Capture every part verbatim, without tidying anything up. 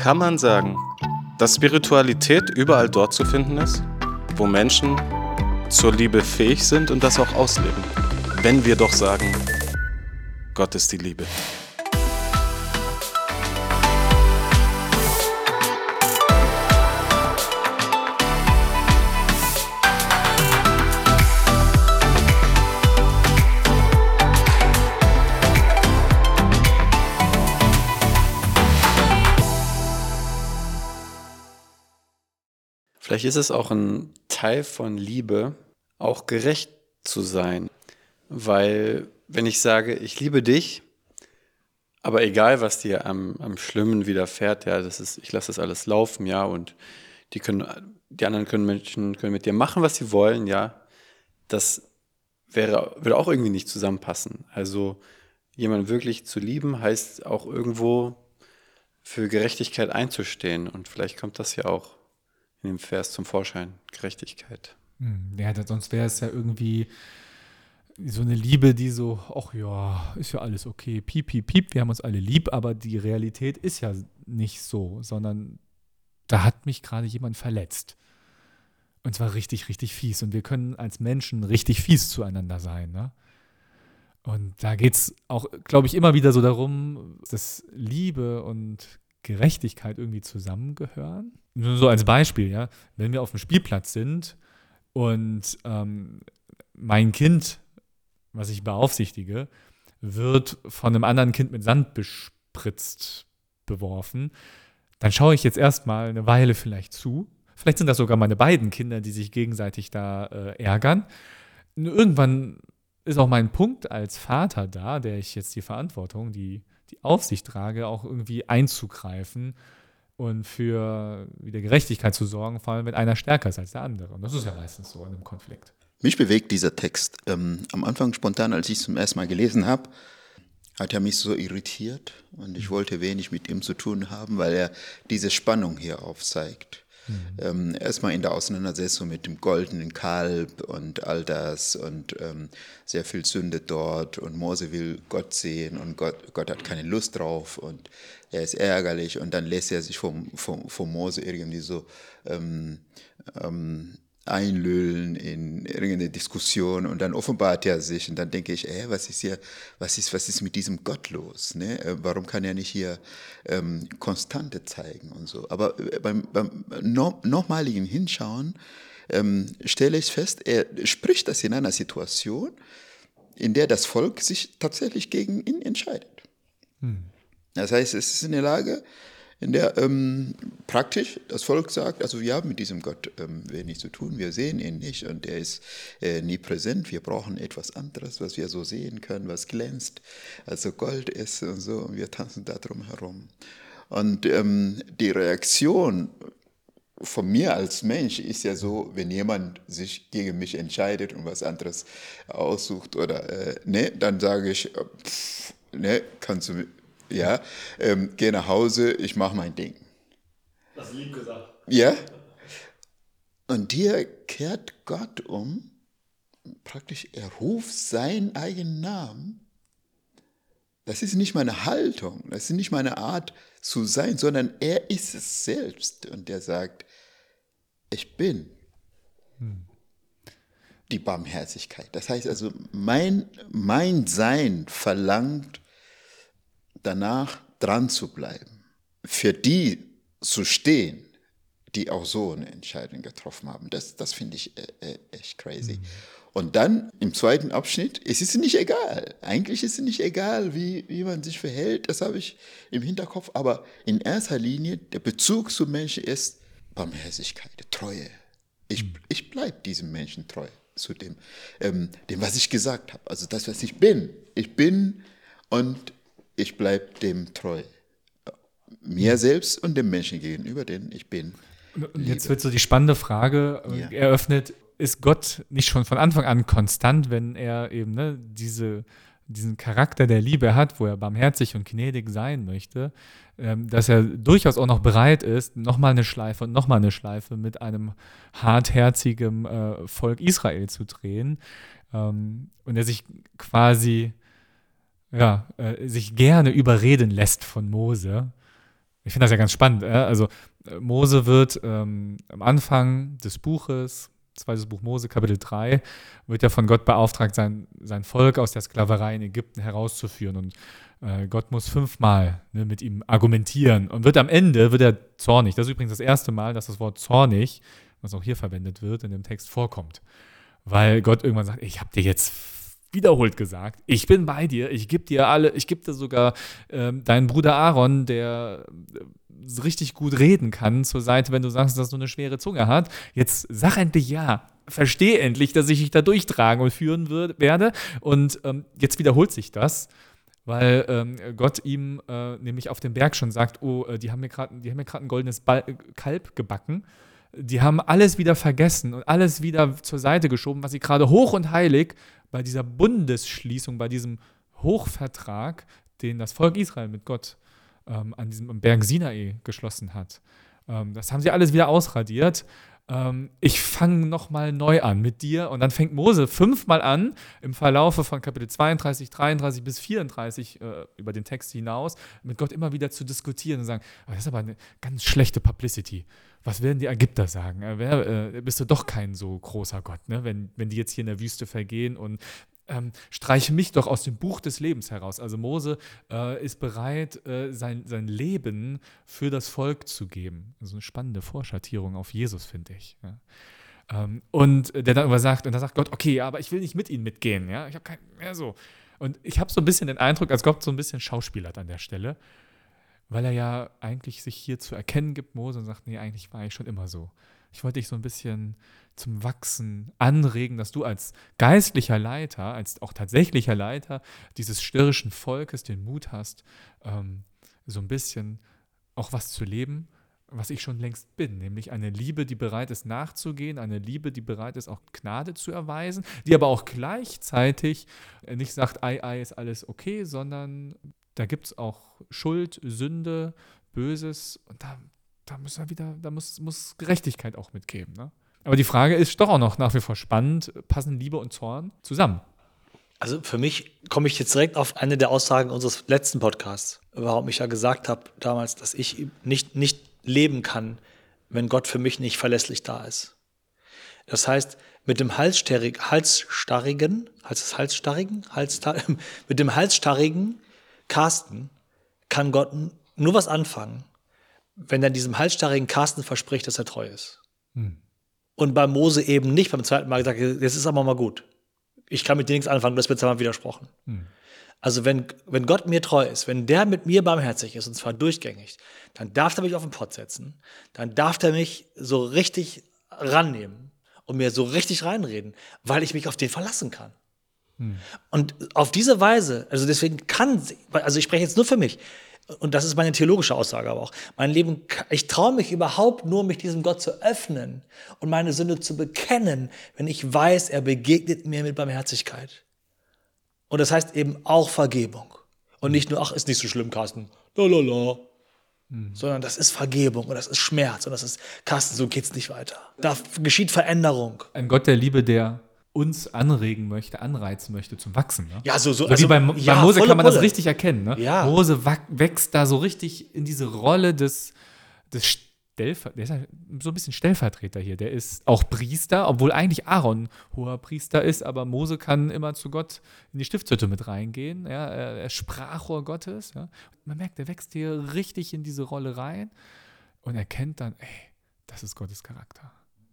Kann man sagen, dass Spiritualität überall dort zu finden ist, wo Menschen zur Liebe fähig sind und das auch ausleben? Wenn wir doch sagen, Gott ist die Liebe. Vielleicht ist es auch ein Teil von Liebe, auch gerecht zu sein. Weil wenn ich sage, ich liebe dich, aber egal, was dir am, am Schlimmen widerfährt, ja, das ist, ich lasse das alles laufen, ja, und die können, die anderen können Menschen können mit dir machen, was sie wollen, ja, das wäre, würde auch irgendwie nicht zusammenpassen. Also jemanden wirklich zu lieben, heißt auch irgendwo für Gerechtigkeit einzustehen. Und vielleicht kommt das ja auch in dem Vers zum Vorschein, Gerechtigkeit. Hm, Ja, da- sonst wäre es ja irgendwie so eine Liebe, die so, ach ja, ist ja alles okay, piep, piep, piep, wir haben uns alle lieb, aber die Realität ist ja nicht so, sondern da hat mich gerade jemand verletzt. Und zwar richtig, richtig fies. Und wir können als Menschen richtig fies zueinander sein, ne? Und da geht es auch, glaube ich, immer wieder so darum, dass Liebe und Gerechtigkeit irgendwie zusammengehören. Nur so als Beispiel, ja, wenn wir auf dem Spielplatz sind und ähm, mein Kind, was ich beaufsichtige, wird von einem anderen Kind mit Sand bespritzt, beworfen, dann schaue ich jetzt erstmal eine Weile vielleicht zu. Vielleicht sind das sogar meine beiden Kinder, die sich gegenseitig da äh, ärgern. Nur irgendwann ist auch mein Punkt als Vater da, der ich jetzt die Verantwortung, die, die Aufsicht trage, auch irgendwie einzugreifen und für wieder Gerechtigkeit zu sorgen, vor allem wenn einer stärker ist als der andere. Und das ist ja meistens so in einem Konflikt. Mich bewegt dieser Text. Ähm, am Anfang spontan, als ich es zum ersten Mal gelesen habe, hat er mich so irritiert und ich wollte wenig mit ihm zu tun haben, weil er diese Spannung hier aufzeigt. Mhm. Ähm, erstmal in der Auseinandersetzung mit dem goldenen Kalb und all das und ähm, sehr viel Sünde dort und Mose will Gott sehen und Gott, Gott hat keine Lust drauf und er ist ärgerlich und dann lässt er sich vom, vom, vom Mose irgendwie so ähm, ähm, einlullen in irgendeine Diskussion und dann offenbart er sich und dann denke ich, ey, was ist hier, was ist, was ist mit diesem Gott los? Ne? Äh, Warum kann er nicht hier ähm, Konstante zeigen und so? Aber äh, beim, beim no, nochmaligen Hinschauen ähm, stelle ich fest, er spricht das in einer Situation, in der das Volk sich tatsächlich gegen ihn entscheidet. Hm. Das heißt, es ist in der Lage, in der ähm, praktisch das Volk sagt, also wir haben mit diesem Gott ähm, wenig zu tun, wir sehen ihn nicht und er ist äh, nie präsent, wir brauchen etwas anderes, was wir so sehen können, was glänzt, also Gold ist und so und wir tanzen da drum herum. Und ähm, die Reaktion von mir als Mensch ist ja so, wenn jemand sich gegen mich entscheidet und was anderes aussucht oder äh, ne, dann sage ich, äh, pff, ne, kannst du Ja, ähm, geh nach Hause, ich mache mein Ding. Das ist lieb gesagt. Ja. Und hier kehrt Gott um, praktisch er ruft seinen eigenen Namen. Das ist nicht meine Haltung, das ist nicht meine Art zu sein, sondern er ist es selbst. Und er sagt, ich bin hm. die Barmherzigkeit. Das heißt also, mein, mein Sein verlangt danach dran zu bleiben, für die zu stehen, die auch so eine Entscheidung getroffen haben. Das, das finde ich äh, echt crazy. Mhm. Und dann im zweiten Abschnitt, es ist nicht egal. Eigentlich ist es nicht egal, wie, wie man sich verhält, das habe ich im Hinterkopf, aber in erster Linie, der Bezug zum Menschen ist Barmherzigkeit, Treue. Ich, mhm. ich bleibe diesem Menschen treu, zu dem, ähm, dem, was ich gesagt habe. Also das, was ich bin. Ich bin und ich bleibe dem treu. Mir selbst und dem Menschen gegenüber, den ich bin. Und jetzt wird so die spannende Frage Ja. eröffnet, ist Gott nicht schon von Anfang an konstant, wenn er eben ne, diese, diesen Charakter der Liebe hat, wo er barmherzig und gnädig sein möchte, ähm, dass er durchaus auch noch bereit ist, nochmal eine Schleife und nochmal eine Schleife mit einem hartherzigen äh, Volk Israel zu drehen ähm, und er sich quasi ja, äh, sich gerne überreden lässt von Mose, Ich finde das ja ganz spannend. Ja? Also Mose wird ähm, am Anfang des Buches, zweites Buch Mose, Kapitel drei, wird ja von Gott beauftragt, sein, sein Volk aus der Sklaverei in Ägypten herauszuführen. Und äh, Gott muss fünfmal ne, mit ihm argumentieren. Und wird am Ende, wird er zornig. Das ist übrigens das erste Mal, dass das Wort zornig, was auch hier verwendet wird, in dem Text vorkommt. Weil Gott irgendwann sagt, ich habe dir jetzt wiederholt gesagt, ich bin bei dir, ich gebe dir alle, ich gebe dir sogar ähm, deinen Bruder Aaron, der äh, richtig gut reden kann, zur Seite, wenn du sagst, dass du eine schwere Zunge hast. Jetzt sag endlich ja, versteh endlich, dass ich dich da durchtragen und führen wird, werde. Und ähm, jetzt wiederholt sich das, weil ähm, Gott ihm äh, nämlich auf dem Berg schon sagt, oh, äh, die haben mir gerade ein goldenes Ball, äh, Kalb gebacken. Die haben alles wieder vergessen und alles wieder zur Seite geschoben, was sie gerade hoch und heilig bei dieser Bundesschließung, bei diesem Hochvertrag, den das Volk Israel mit Gott ähm, an diesem Berg Sinai geschlossen hat. Ähm, das haben sie alles wieder ausradiert. Ähm, ich fange nochmal neu an mit dir. Und dann fängt Mose fünfmal an, im Verlaufe von Kapitel zweiunddreißig, dreiunddreißig bis vierunddreißig äh, über den Text hinaus, mit Gott immer wieder zu diskutieren und sagen, oh, das ist aber eine ganz schlechte Publicity. Was werden die Ägypter sagen? Äh, wer, äh, bist du doch kein so großer Gott, ne? wenn, wenn die jetzt hier in der Wüste vergehen und ähm, streiche mich doch aus dem Buch des Lebens heraus. Also Mose äh, ist bereit, äh, sein, sein Leben für das Volk zu geben. Also eine spannende Vorschattierung auf Jesus, finde ich. Ja. Ähm, und der dann aber sagt, und da sagt Gott, okay, aber ich will nicht mit ihnen mitgehen. Ja? Ich habe kein mehr so. Und ich habe so ein bisschen den Eindruck, als Gott so ein bisschen schauspielert an der Stelle, weil er ja eigentlich sich hier zu erkennen gibt, Mose, und sagt, nee, eigentlich war ich schon immer so. Ich wollte dich so ein bisschen zum Wachsen anregen, dass du als geistlicher Leiter, als auch tatsächlicher Leiter dieses störrischen Volkes den Mut hast, ähm, so ein bisschen auch was zu leben, was ich schon längst bin, nämlich eine Liebe, die bereit ist nachzugehen, eine Liebe, die bereit ist, auch Gnade zu erweisen, die aber auch gleichzeitig nicht sagt, ei, ei, ist alles okay, sondern da gibt es auch Schuld, Sünde, Böses und da, da muss er wieder, da muss, muss Gerechtigkeit auch mitgeben. Ne? Aber die Frage ist doch auch noch nach wie vor spannend, passen Liebe und Zorn zusammen? Also für mich komme ich jetzt direkt auf eine der Aussagen unseres letzten Podcasts, warum ich ja gesagt habe damals, dass ich nicht, nicht leben kann, wenn Gott für mich nicht verlässlich da ist. Das heißt, mit dem Halsstarrig, Halsstarrigen, heißt es Halsstarrigen? Halsstar- mit dem Halsstarrigen Carsten kann Gott nur was anfangen, wenn er diesem halsstarrigen Carsten verspricht, dass er treu ist. Hm. Und bei Mose eben nicht, beim zweiten Mal gesagt, jetzt ist aber mal gut. Ich kann mit dir nichts anfangen, du hast mir zweimal widersprochen. Hm. Also wenn, wenn Gott mir treu ist, wenn der mit mir barmherzig ist, und zwar durchgängig, dann darf er mich auf den Pott setzen, dann darf er mich so richtig rannehmen und mir so richtig reinreden, weil ich mich auf den verlassen kann. Hm. Und auf diese Weise, also deswegen kann, also ich spreche jetzt nur für mich, und das ist meine theologische Aussage aber auch, mein Leben, ich traue mich überhaupt nur, mich diesem Gott zu öffnen und meine Sünde zu bekennen, wenn ich weiß, er begegnet mir mit Barmherzigkeit. Und das heißt eben auch Vergebung. Und nicht nur, ach, ist nicht so schlimm, Carsten, lalala. Hm. Sondern das ist Vergebung und das ist Schmerz und das ist, Carsten, so geht's nicht weiter. Da geschieht Veränderung. Ein Gott der Liebe, der uns anregen möchte, anreizen möchte zum Wachsen. Ne? Ja, so, so, so also, wie bei, ja, bei Mose kann man Pulle. das richtig erkennen. Ne? Ja. Mose wächst da so richtig in diese Rolle des, des Stellver- der ist ja so ein bisschen Stellvertreter hier. Der ist auch Priester, obwohl eigentlich Aaron hoher Priester ist, aber Mose kann immer zu Gott in die Stiftshütte mit reingehen. Ja? Er, er Sprachrohr Gottes. Ja? Man merkt, er wächst hier richtig in diese Rolle rein und erkennt dann, ey, das ist Gottes Charakter.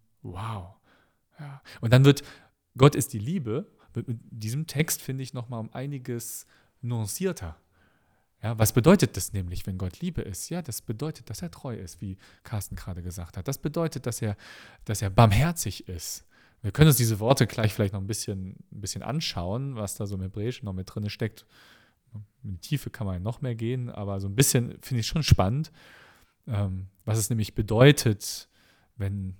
Wow. Ja. Und dann wird Gott ist die Liebe, wird mit diesem Text, finde ich, nochmal um einiges nuancierter. Ja, was bedeutet das nämlich, wenn Gott Liebe ist? Ja, das bedeutet, dass er treu ist, wie Carsten gerade gesagt hat. Das bedeutet, dass er, dass er barmherzig ist. Wir können uns diese Worte gleich vielleicht noch ein bisschen, ein bisschen anschauen, was da so im Hebräischen noch mit drin steckt. In die Tiefe kann man noch mehr gehen, aber so ein bisschen finde ich schon spannend, ähm, was es nämlich bedeutet, wenn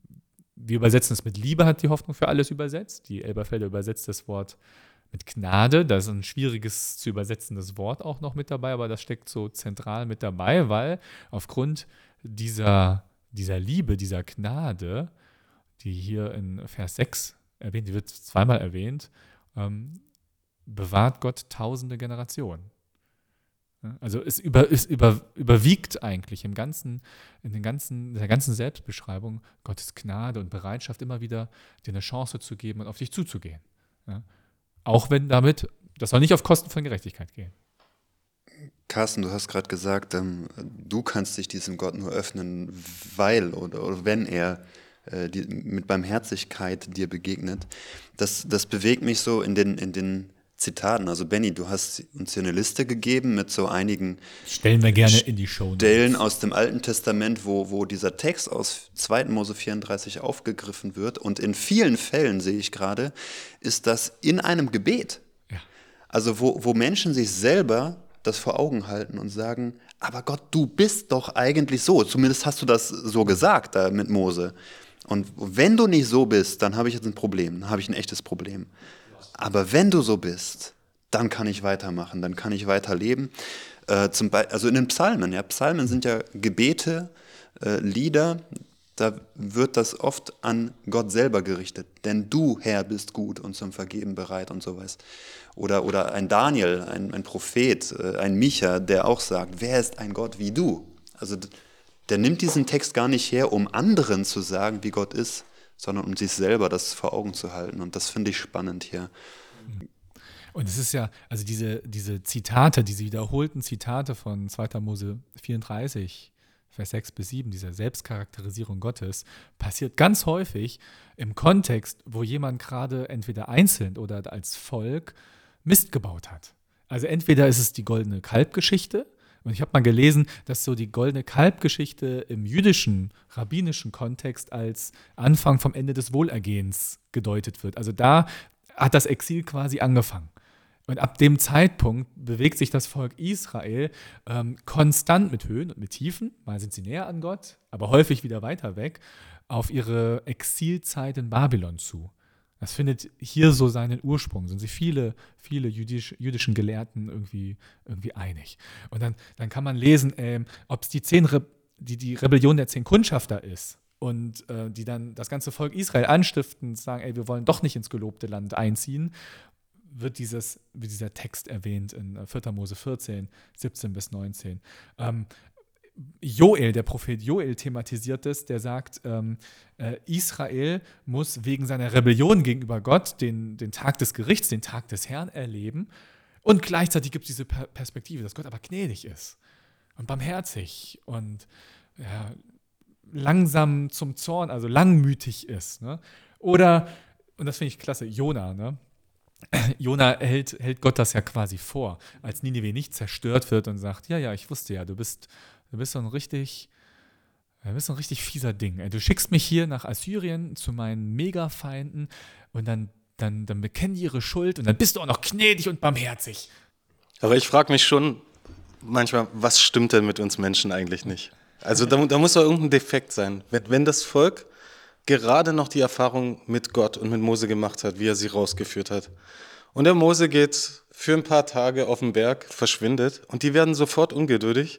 wir übersetzen es mit Liebe, hat die Hoffnung für alles übersetzt. Die Elberfelder übersetzt das Wort mit Gnade. Da ist ein schwieriges zu übersetzendes Wort auch noch mit dabei, aber das steckt so zentral mit dabei, weil aufgrund dieser, dieser Liebe, dieser Gnade, die hier in Vers sechs erwähnt, die wird zweimal erwähnt, ähm, bewahrt Gott tausende Generationen. Also es, über, es über, überwiegt eigentlich im ganzen, in den ganzen, der ganzen Selbstbeschreibung Gottes Gnade und Bereitschaft, immer wieder dir eine Chance zu geben und auf dich zuzugehen. Ja? Auch wenn damit, das soll nicht auf Kosten von Gerechtigkeit gehen. Carsten, du hast gerade gesagt, ähm, du kannst dich diesem Gott nur öffnen, weil oder, oder wenn er äh, die, mit Barmherzigkeit dir begegnet. Das, das bewegt mich so in den, in den Zitaten. Also Benny, du hast uns hier eine Liste gegeben mit so einigen Stellen wir gerne in die Show. Stellen aus dem Alten Testament, wo, wo dieser Text aus zweiten Mose vierunddreißig aufgegriffen wird. Und in vielen Fällen, sehe ich gerade, ist das in einem Gebet. Ja. Also wo, wo Menschen sich selber das vor Augen halten und sagen, aber Gott, du bist doch eigentlich so. Zumindest hast du das so gesagt da mit Mose. Und wenn du nicht so bist, dann habe ich jetzt ein Problem, dann habe ich ein echtes Problem. Aber wenn du so bist, dann kann ich weitermachen, dann kann ich weiterleben. Äh, zum Be- also in den Psalmen, ja, Psalmen sind ja Gebete, äh, Lieder, da wird das oft an Gott selber gerichtet. Denn du, Herr, bist gut und zum Vergeben bereit und sowas. Oder, oder ein Daniel, ein, ein Prophet, äh, ein Micha, der auch sagt, wer ist ein Gott wie du? Also der nimmt diesen Text gar nicht her, um anderen zu sagen, wie Gott ist, sondern um sich selber das vor Augen zu halten. Und das finde ich spannend hier. Und es ist ja, also diese, diese Zitate, diese wiederholten Zitate von zweiter Mose vierunddreißig, Vers sechs bis sieben, dieser Selbstcharakterisierung Gottes, passiert ganz häufig im Kontext, wo jemand gerade entweder einzeln oder als Volk Mist gebaut hat. Also entweder ist es die goldene Kalbgeschichte, und ich habe mal gelesen, dass so die goldene Kalbgeschichte im jüdischen, rabbinischen Kontext als Anfang vom Ende des Wohlergehens gedeutet wird. Also da hat das Exil quasi angefangen. Und ab dem Zeitpunkt bewegt sich das Volk Israel ähm, konstant mit Höhen und mit Tiefen, mal sind sie näher an Gott, aber häufig wieder weiter weg, auf ihre Exilzeit in Babylon zu. Das findet hier so seinen Ursprung, sind sich viele, viele jüdisch, jüdischen Gelehrten irgendwie, irgendwie einig. Und dann, dann kann man lesen, ähm, ob es die, zehn Re- die, die Rebellion der zehn Kundschafter ist und äh, die dann das ganze Volk Israel anstiften und sagen, ey, wir wollen doch nicht ins gelobte Land einziehen, wird dieses, wird dieser Text erwähnt in vierter Mose vierzehn, siebzehn bis neunzehn. Ähm, Joel, der Prophet Joel thematisiert es, der sagt, ähm, äh, Israel muss wegen seiner Rebellion gegenüber Gott den, den Tag des Gerichts, den Tag des Herrn erleben. Und gleichzeitig gibt es diese per- Perspektive, dass Gott aber gnädig ist und barmherzig und ja, langsam zum Zorn, also langmütig ist. Ne? Oder, und das finde ich klasse, Jona, ne? Jona hält, hält Gott das ja quasi vor, als Ninive nicht zerstört wird und sagt, ja, ja, ich wusste ja, du bist, du bist so ein richtig, du bist so ein richtig fieser Ding. Du schickst mich hier nach Assyrien zu meinen Megafeinden und dann, dann, dann bekennen die ihre Schuld und dann bist du auch noch gnädig und barmherzig. Aber ich frage mich schon manchmal, was stimmt denn mit uns Menschen eigentlich nicht? Also da, da muss doch irgendein Defekt sein. Wenn, wenn das Volk gerade noch die Erfahrung mit Gott und mit Mose gemacht hat, wie er sie rausgeführt hat. Und der Mose geht für ein paar Tage auf den Berg, verschwindet und die werden sofort ungeduldig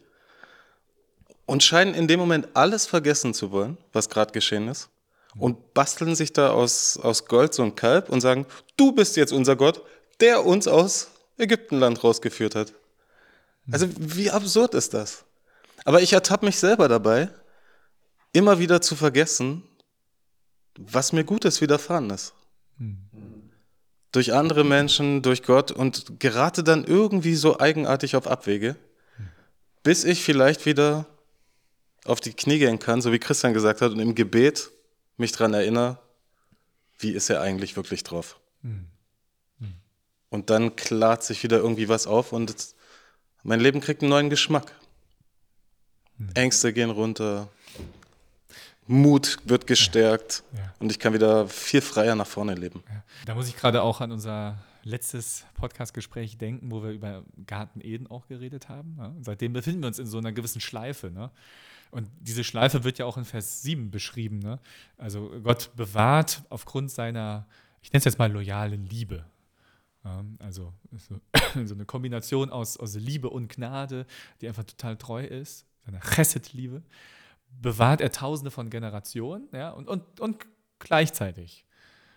und scheinen in dem Moment alles vergessen zu wollen, was gerade geschehen ist und basteln sich da aus, aus Gold so ein Kalb und sagen, du bist jetzt unser Gott, der uns aus Ägyptenland rausgeführt hat. Also wie absurd ist das? Aber ich ertappe mich selber dabei, immer wieder zu vergessen, was mir Gutes widerfahren ist. Hm. Durch andere Menschen, durch Gott und gerate dann irgendwie so eigenartig auf Abwege, hm. bis ich vielleicht wieder auf die Knie gehen kann, so wie Christian gesagt hat, und im Gebet mich daran erinnere, wie ist er eigentlich wirklich drauf. Hm. Hm. Und dann klart sich wieder irgendwie was auf und mein Leben kriegt einen neuen Geschmack. Hm. Ängste gehen runter, Mut wird gestärkt ja, ja. und ich kann wieder viel freier nach vorne leben. Ja. Da muss ich gerade auch an unser letztes Podcast-Gespräch denken, wo wir über Garten Eden auch geredet haben. Ja? Und seitdem befinden wir uns in so einer gewissen Schleife. Ne? Und diese Schleife wird ja auch in Vers sieben beschrieben. Ne? Also Gott bewahrt aufgrund seiner, ich nenne es jetzt mal loyalen Liebe. Ja? Also so, so eine Kombination aus, aus Liebe und Gnade, die einfach total treu ist, seine Chesed-Liebe. Bewahrt er Tausende von Generationen, ja, und, und, und gleichzeitig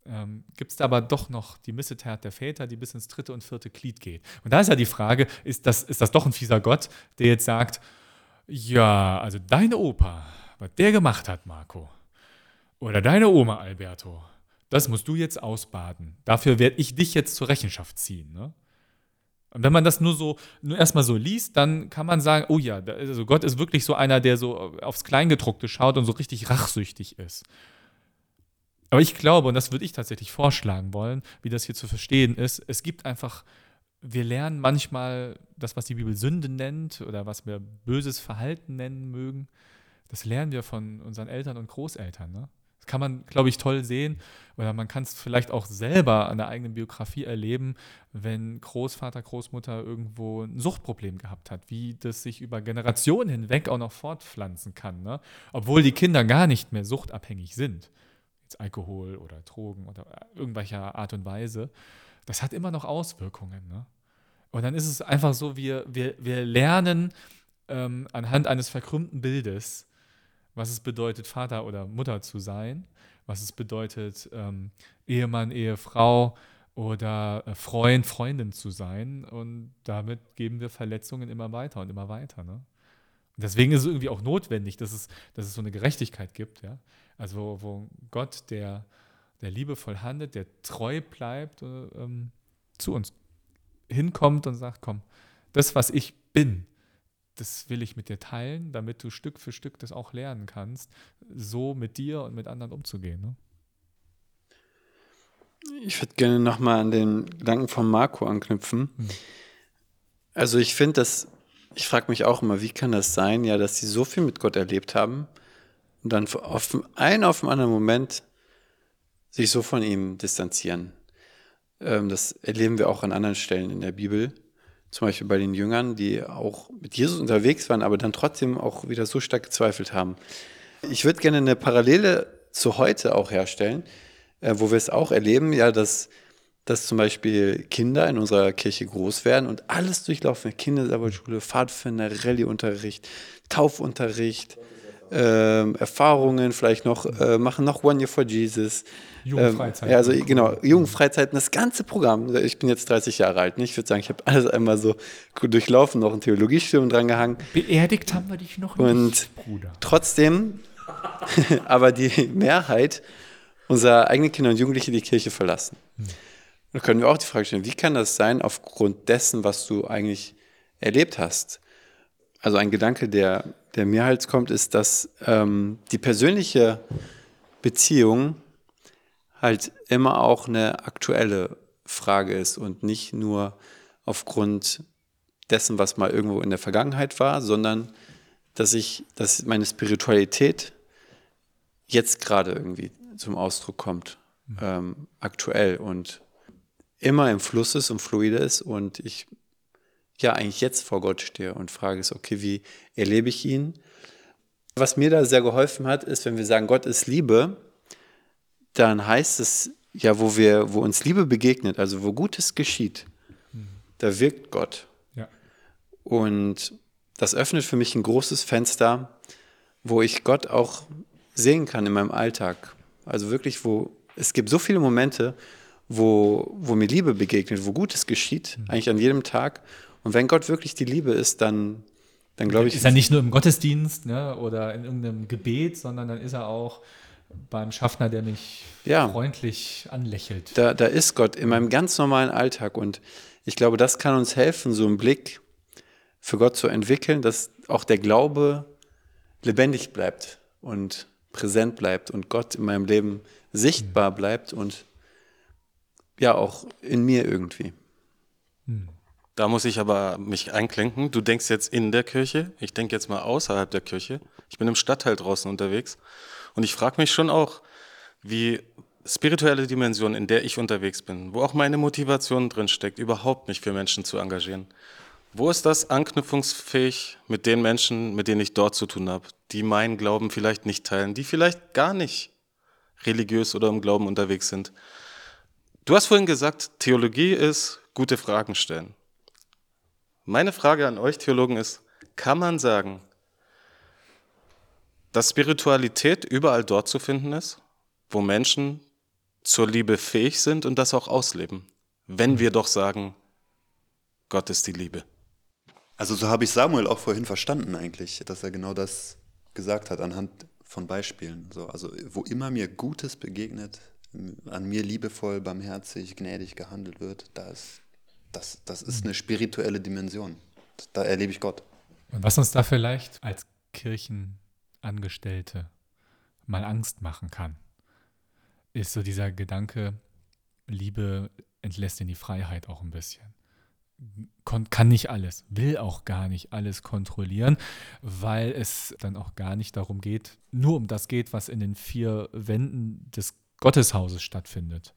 ähm, gibt es da aber doch noch die Missetat der Väter, die bis ins dritte und vierte Glied geht. Und da ist ja die Frage, ist das, ist das doch ein fieser Gott, der jetzt sagt, ja, also deine Opa, was der gemacht hat, Marco, oder deine Oma, Alberto, das musst du jetzt ausbaden. Dafür werde ich dich jetzt zur Rechenschaft ziehen. Ne? Und wenn man das nur so, nur erstmal so liest, dann kann man sagen, oh ja, also Gott ist wirklich so einer, der so aufs Kleingedruckte schaut und so richtig rachsüchtig ist. Aber ich glaube, und das würde ich tatsächlich vorschlagen wollen, wie das hier zu verstehen ist, es gibt einfach, wir lernen manchmal das, was die Bibel Sünde nennt oder was wir böses Verhalten nennen mögen, das lernen wir von unseren Eltern und Großeltern. Ne? Das kann man, glaube ich, toll sehen oder man kann es vielleicht auch selber an der eigenen Biografie erleben, wenn Großvater, Großmutter irgendwo ein Suchtproblem gehabt hat, wie das sich über Generationen hinweg auch noch fortpflanzen kann, ne? Obwohl die Kinder gar nicht mehr suchtabhängig sind. Jetzt Alkohol oder Drogen oder irgendwelcher Art und Weise, das hat immer noch Auswirkungen. Ne? Und dann ist es einfach so, wir, wir, wir lernen ähm, anhand eines verkrümmten Bildes, was es bedeutet, Vater oder Mutter zu sein, was es bedeutet, ähm, Ehemann, Ehefrau oder äh, Freund, Freundin zu sein. Und damit geben wir Verletzungen immer weiter und immer weiter. Ne? Und deswegen ist es irgendwie auch notwendig, dass es, dass es so eine Gerechtigkeit gibt, ja. Also wo Gott, der, der liebevoll handelt, der treu bleibt, äh, ähm, zu uns hinkommt und sagt, komm, das, was ich bin, das will ich mit dir teilen, damit du Stück für Stück das auch lernen kannst, so mit dir und mit anderen umzugehen. Ne? Ich würde gerne nochmal an den Gedanken von Marco anknüpfen. Hm. Also ich finde das, ich frage mich auch immer, wie kann das sein, ja, dass sie so viel mit Gott erlebt haben, und dann auf einen auf den anderen Moment sich so von ihm distanzieren. Das erleben wir auch an anderen Stellen in der Bibel. Zum Beispiel bei den Jüngern, die auch mit Jesus unterwegs waren, aber dann trotzdem auch wieder so stark gezweifelt haben. Ich würde gerne eine Parallele zu heute auch herstellen, wo wir es auch erleben, ja, dass, dass zum Beispiel Kinder in unserer Kirche groß werden und alles durchlaufen. Kindersabbatschule, Pfadfinder, Rallye-Unterricht, Taufunterricht, Ähm, Erfahrungen, vielleicht noch, äh, machen noch One Year for Jesus. Jugendfreizeiten. Ähm, ja, also genau, Jugendfreizeiten, das ganze Programm. Ich bin jetzt dreißig Jahre alt. Ne? Ich würde sagen, ich habe alles einmal so durchlaufen, noch ein Theologiestudium drangehangen. Beerdigt haben wir dich noch nicht, Und Bruder. Trotzdem, aber die Mehrheit unserer eigenen Kinder und Jugendliche die Kirche verlassen. Hm. Da können wir auch die Frage stellen, wie kann das sein, aufgrund dessen, was du eigentlich erlebt hast? Also ein Gedanke, der, der mir halt kommt, ist, dass ähm, die persönliche Beziehung halt immer auch eine aktuelle Frage ist und nicht nur aufgrund dessen, was mal irgendwo in der Vergangenheit war, sondern dass ich, dass meine Spiritualität jetzt gerade irgendwie zum Ausdruck kommt, mhm. ähm, aktuell und immer im Fluss ist und fluide ist und ich ja eigentlich jetzt vor Gott stehe und frage ist, okay, wie erlebe ich ihn? Was mir da sehr geholfen hat, ist, wenn wir sagen, Gott ist Liebe, dann heißt es ja, wo wir, wo uns Liebe begegnet, also wo Gutes geschieht, mhm. da wirkt Gott. Ja. Und das öffnet für mich ein großes Fenster, wo ich Gott auch sehen kann in meinem Alltag. Also wirklich, wo es gibt so viele Momente, wo, wo mir Liebe begegnet, wo Gutes geschieht, mhm. eigentlich an jedem Tag. Und wenn Gott wirklich die Liebe ist, dann, dann glaube ich... Ist er nicht nur im Gottesdienst, ne, oder in irgendeinem Gebet, sondern dann ist er auch beim Schaffner, der mich ja, freundlich anlächelt. Da, da ist Gott in meinem ganz normalen Alltag. Und ich glaube, das kann uns helfen, so einen Blick für Gott zu entwickeln, dass auch der Glaube lebendig bleibt und präsent bleibt und Gott in meinem Leben sichtbar bleibt und ja, auch in mir irgendwie. Hm. Da muss ich aber mich einklinken. Du denkst jetzt in der Kirche, ich denke jetzt mal außerhalb der Kirche. Ich bin im Stadtteil draußen unterwegs und ich frage mich schon auch, wie spirituelle Dimension, in der ich unterwegs bin, wo auch meine Motivation drin steckt, überhaupt mich für Menschen zu engagieren. Wo ist das anknüpfungsfähig mit den Menschen, mit denen ich dort zu tun habe, die meinen Glauben vielleicht nicht teilen, die vielleicht gar nicht religiös oder im Glauben unterwegs sind? Du hast vorhin gesagt, Theologie ist gute Fragen stellen. Meine Frage an euch Theologen ist, kann man sagen, dass Spiritualität überall dort zu finden ist, wo Menschen zur Liebe fähig sind und das auch ausleben, wenn wir doch sagen, Gott ist die Liebe. Also so habe ich Samuel auch vorhin verstanden eigentlich, dass er genau das gesagt hat anhand von Beispielen. So, also wo immer mir Gutes begegnet, an mir liebevoll, barmherzig, gnädig gehandelt wird, da ist, das, das ist eine spirituelle Dimension. Da erlebe ich Gott. Und was uns da vielleicht als Kirchenangestellte mal Angst machen kann, ist so dieser Gedanke, Liebe entlässt in die Freiheit auch ein bisschen. Kon- kann nicht alles, will auch gar nicht alles kontrollieren, weil es dann auch gar nicht darum geht, nur um das geht, was in den vier Wänden des Gotteshauses stattfindet,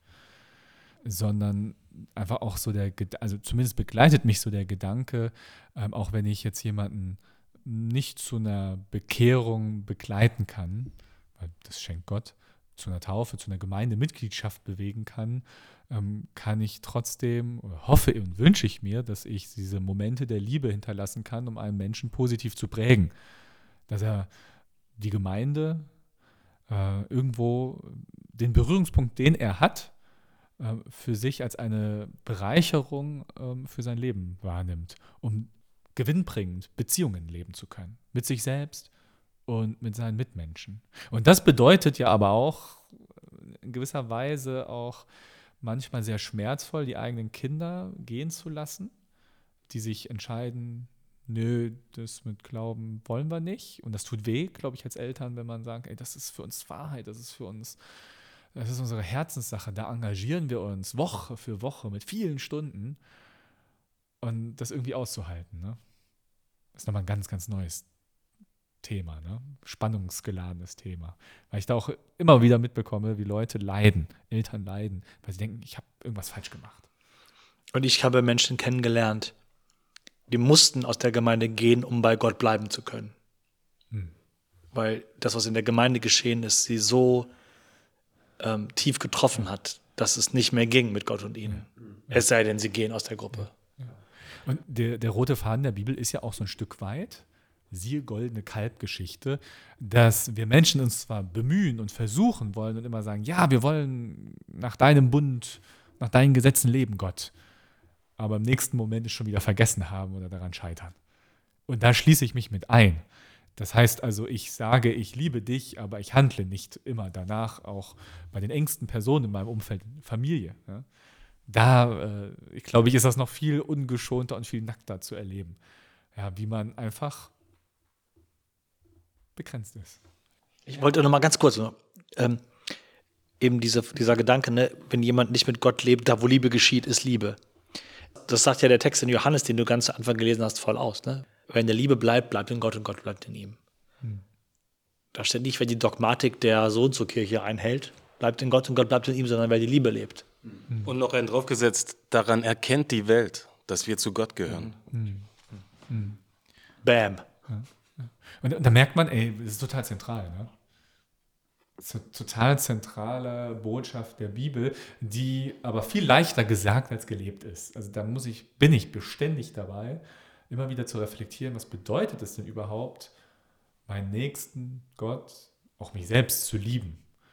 sondern einfach auch so der, Ged- also zumindest begleitet mich so der Gedanke, ähm, auch wenn ich jetzt jemanden nicht zu einer Bekehrung begleiten kann, weil das schenkt Gott, zu einer Taufe, zu einer Gemeindemitgliedschaft bewegen kann, ähm, kann ich trotzdem, oder hoffe und wünsche ich mir, dass ich diese Momente der Liebe hinterlassen kann, um einen Menschen positiv zu prägen. Dass er die Gemeinde äh, irgendwo den Berührungspunkt, den er hat, äh, für sich als eine Bereicherung äh, für sein Leben wahrnimmt, um gewinnbringend Beziehungen leben zu können. Mit sich selbst und mit seinen Mitmenschen. Und das bedeutet ja aber auch in gewisser Weise auch manchmal sehr schmerzvoll, die eigenen Kinder gehen zu lassen, die sich entscheiden, nö, das mit Glauben wollen wir nicht. Und das tut weh, glaube ich, als Eltern, wenn man sagt, ey, das ist für uns Wahrheit, das ist für uns, das ist unsere Herzenssache, da engagieren wir uns Woche für Woche mit vielen Stunden und das irgendwie auszuhalten. Ne? Das ist nochmal ein ganz, ganz neues Thema, ne? Spannungsgeladenes Thema. Weil ich da auch immer wieder mitbekomme, wie Leute leiden, Eltern leiden, weil sie denken, ich habe irgendwas falsch gemacht. Und ich habe Menschen kennengelernt, die mussten aus der Gemeinde gehen, um bei Gott bleiben zu können. Hm. Weil das, was in der Gemeinde geschehen ist, sie so ähm, tief getroffen hat, dass es nicht mehr ging mit Gott und ihnen. Ja. Es sei denn, sie gehen aus der Gruppe. Ja. Und der, der rote Faden der Bibel ist ja auch so ein Stück weit, siehe goldene Kalbgeschichte, dass wir Menschen uns zwar bemühen und versuchen wollen und immer sagen, ja, wir wollen nach deinem Bund, nach deinen Gesetzen leben, Gott. Aber im nächsten Moment es schon wieder vergessen haben oder daran scheitern. Und da schließe ich mich mit ein. Das heißt also, ich sage, ich liebe dich, aber ich handle nicht immer danach, auch bei den engsten Personen in meinem Umfeld, Familie. Ja. Da, äh, ich glaube ich, ist das noch viel ungeschonter und viel nackter zu erleben. Ja, wie man einfach begrenzt ist. Ich wollte noch mal ganz kurz, ähm, eben diese, dieser Gedanke, ne, wenn jemand nicht mit Gott lebt, da wo Liebe geschieht, ist Liebe. Das sagt ja der Text in Johannes, den du ganz am Anfang gelesen hast, voll aus. Ne? Wenn der Liebe bleibt, bleibt in Gott und Gott bleibt in ihm. Hm. Da steht nicht, wer die Dogmatik der so und so Kirche einhält, bleibt in Gott und Gott bleibt in ihm, sondern wer die Liebe lebt. Hm. Und noch einen draufgesetzt, daran erkennt die Welt, dass wir zu Gott gehören. Hm. Hm. Bam. Ja. Und, und da merkt man, ey, das ist total zentral, ne? Das ist eine total zentrale Botschaft der Bibel, die aber viel leichter gesagt als gelebt ist. Also da muss ich, bin ich beständig dabei, immer wieder zu reflektieren, was bedeutet es denn überhaupt, meinen Nächsten, Gott, auch mich selbst zu lieben.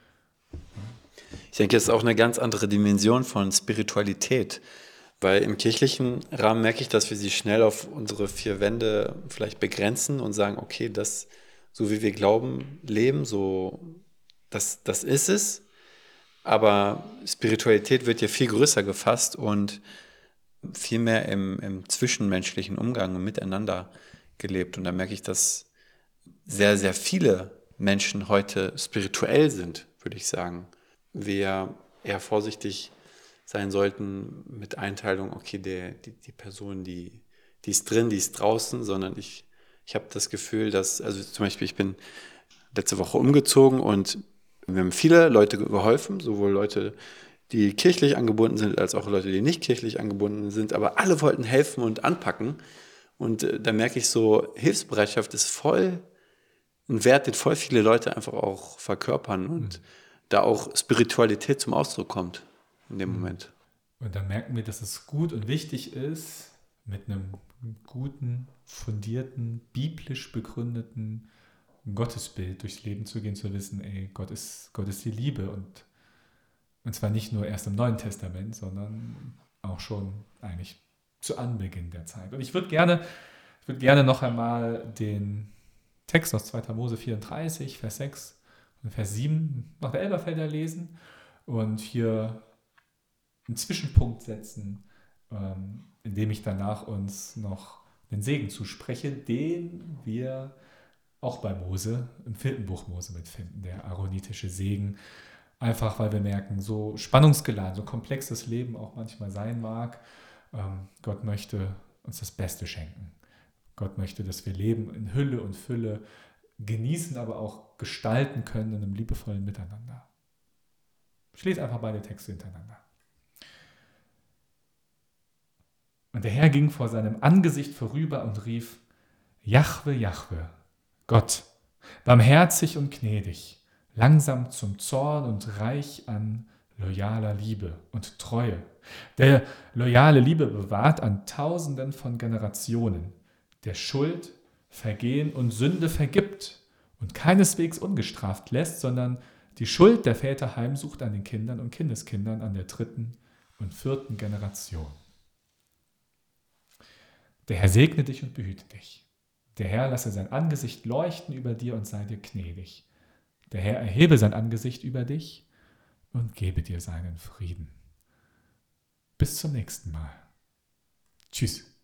Ich denke, es ist auch eine ganz andere Dimension von Spiritualität, weil im kirchlichen Rahmen merke ich, dass wir sie schnell auf unsere vier Wände vielleicht begrenzen und sagen, okay, das, so wie wir glauben, leben, so, das, das ist es. Aber Spiritualität wird ja viel größer gefasst und viel mehr im, im zwischenmenschlichen Umgang und miteinander gelebt. Und da merke ich, dass sehr, sehr viele Menschen heute spirituell sind, würde ich sagen. Wir eher vorsichtig sein sollten mit Einteilung, okay, der, die, die Person, die, die ist drin, die ist draußen, sondern ich, ich habe das Gefühl, dass, also zum Beispiel, ich bin letzte Woche umgezogen und wir haben viele Leute geholfen, sowohl Leute, die kirchlich angebunden sind, als auch Leute, die nicht kirchlich angebunden sind, aber alle wollten helfen und anpacken. Und äh, da merke ich so, Hilfsbereitschaft ist voll ein Wert, den voll viele Leute einfach auch verkörpern und mhm. da auch Spiritualität zum Ausdruck kommt in dem mhm. Moment. Und da merken wir, dass es gut und wichtig ist, mit einem guten, fundierten, biblisch begründeten Gottesbild durchs Leben zu gehen, zu wissen, ey, Gott ist, Gott ist die Liebe und Und zwar nicht nur erst im Neuen Testament, sondern auch schon eigentlich zu Anbeginn der Zeit. Und ich würde gerne, ich würde gerne noch einmal den Text aus zweiter Mose vierunddreißig, Vers sechs und Vers sieben nach der Elberfelder lesen und hier einen Zwischenpunkt setzen, ähm, indem ich danach uns noch den Segen zuspreche, den wir auch bei Mose, im vierten Buch Mose mitfinden, der aaronitische Segen. Einfach, weil wir merken, so spannungsgeladen, so komplex das Leben auch manchmal sein mag, ähm, Gott möchte uns das Beste schenken. Gott möchte, dass wir Leben in Hülle und Fülle genießen, aber auch gestalten können in einem liebevollen Miteinander. Ich lese einfach beide Texte hintereinander. Und der Herr ging vor seinem Angesicht vorüber und rief: Jahwe, Jahwe, Gott, barmherzig und gnädig, langsam zum Zorn und reich an loyaler Liebe und Treue. Der loyale Liebe bewahrt an Tausenden von Generationen, der Schuld, Vergehen und Sünde vergibt und keineswegs ungestraft lässt, sondern die Schuld der Väter heimsucht an den Kindern und Kindeskindern an der dritten und vierten Generation. Der Herr segne dich und behüte dich. Der Herr lasse sein Angesicht leuchten über dir und sei dir gnädig. Der Herr erhebe sein Angesicht über dich und gebe dir seinen Frieden. Bis zum nächsten Mal. Tschüss.